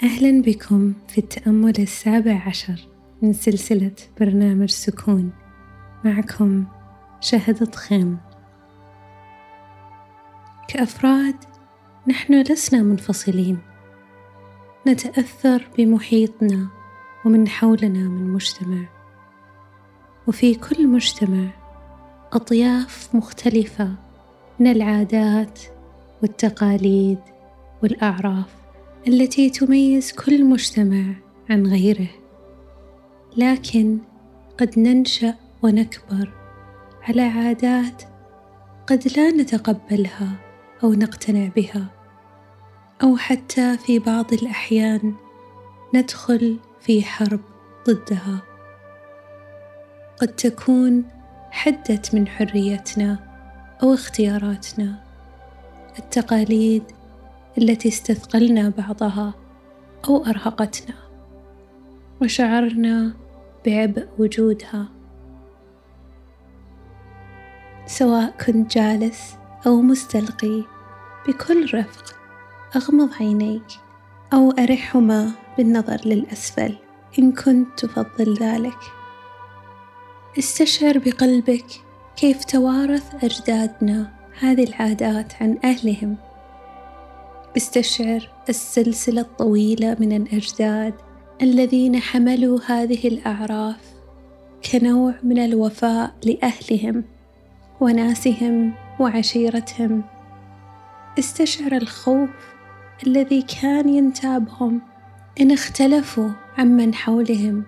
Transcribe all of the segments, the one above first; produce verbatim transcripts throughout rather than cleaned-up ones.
أهلا بكم في التأمل السابع عشر من سلسلة برنامج سكون. معكم شهد طخيم. كأفراد نحن لسنا منفصلين، نتأثر بمحيطنا ومن حولنا من مجتمع، وفي كل مجتمع أطياف مختلفة من العادات والتقاليد والأعراف التي تميز كل مجتمع عن غيره. لكن قد ننشأ ونكبر على عادات قد لا نتقبلها أو نقتنع بها، أو حتى في بعض الأحيان ندخل في حرب ضدها. قد تكون حدت من حريتنا أو اختياراتنا، التقاليد التي استثقلنا بعضها أو أرهقتنا وشعرنا بعبء وجودها. سواء كنت جالس أو مستلقي، بكل رفق أغمض عينيك أو أرحهما بالنظر للأسفل إن كنت تفضل ذلك. استشعر بقلبك كيف توارث أجدادنا هذه العادات عن أهلهم. استشعر السلسلة الطويلة من الأجداد الذين حملوا هذه الأعراف كنوع من الوفاء لأهلهم وناسهم وعشيرتهم. استشعر الخوف الذي كان ينتابهم إن اختلفوا عمن حولهم،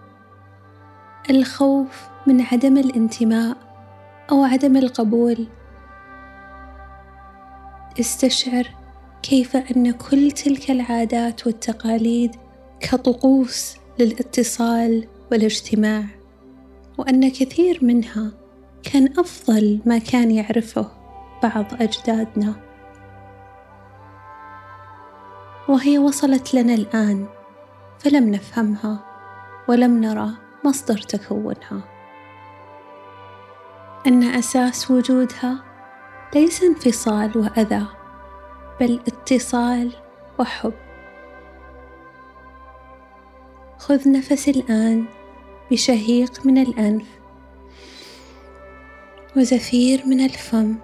الخوف من عدم الانتماء أو عدم القبول. استشعر كيف أن كل تلك العادات والتقاليد كطقوس للاتصال والاجتماع، وأن كثير منها كان أفضل ما كان يعرفه بعض أجدادنا، وهي وصلت لنا الآن فلم نفهمها ولم نرى مصدر تكونها. أن أساس وجودها ليس انفصال وأذى، بل اتصال وحب. خذ نفس الآن بشهيق من الأنف وزفير من الفم،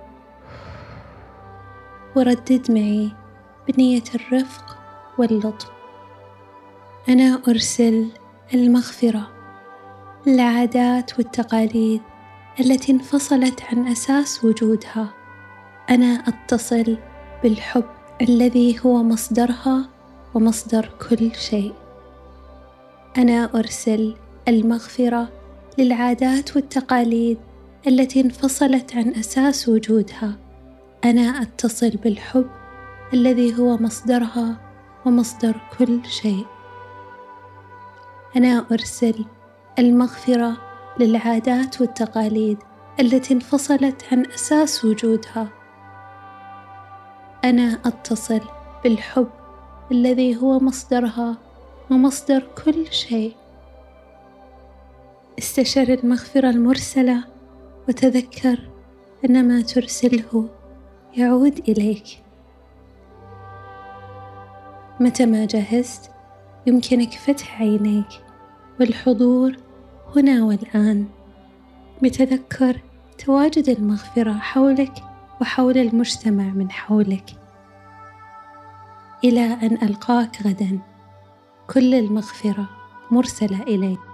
وردد معي بنية الرفق واللطف: أنا أرسل المغفرة للعادات والتقاليد التي انفصلت عن أساس وجودها. أنا أتصل بالحب الذي هو مصدرها ومصدر كل شيء. أنا أرسل المغفرة للعادات والتقاليد التي انفصلت عن أساس وجودها. أنا أتصل بالحب الذي هو مصدرها ومصدر كل شيء. أنا أرسل المغفرة للعادات والتقاليد التي انفصلت عن أساس وجودها. أنا أتصل بالحب الذي هو مصدرها ومصدر كل شيء. استشعر المغفرة المرسلة وتذكر أن ما ترسله يعود إليك. متى ما جهزت يمكنك فتح عينيك والحضور هنا والآن، بتذكر تواجد المغفرة حولك وحول المجتمع من حولك. إلى أن ألقاك غدا، كل المغفرة مرسلة إليك.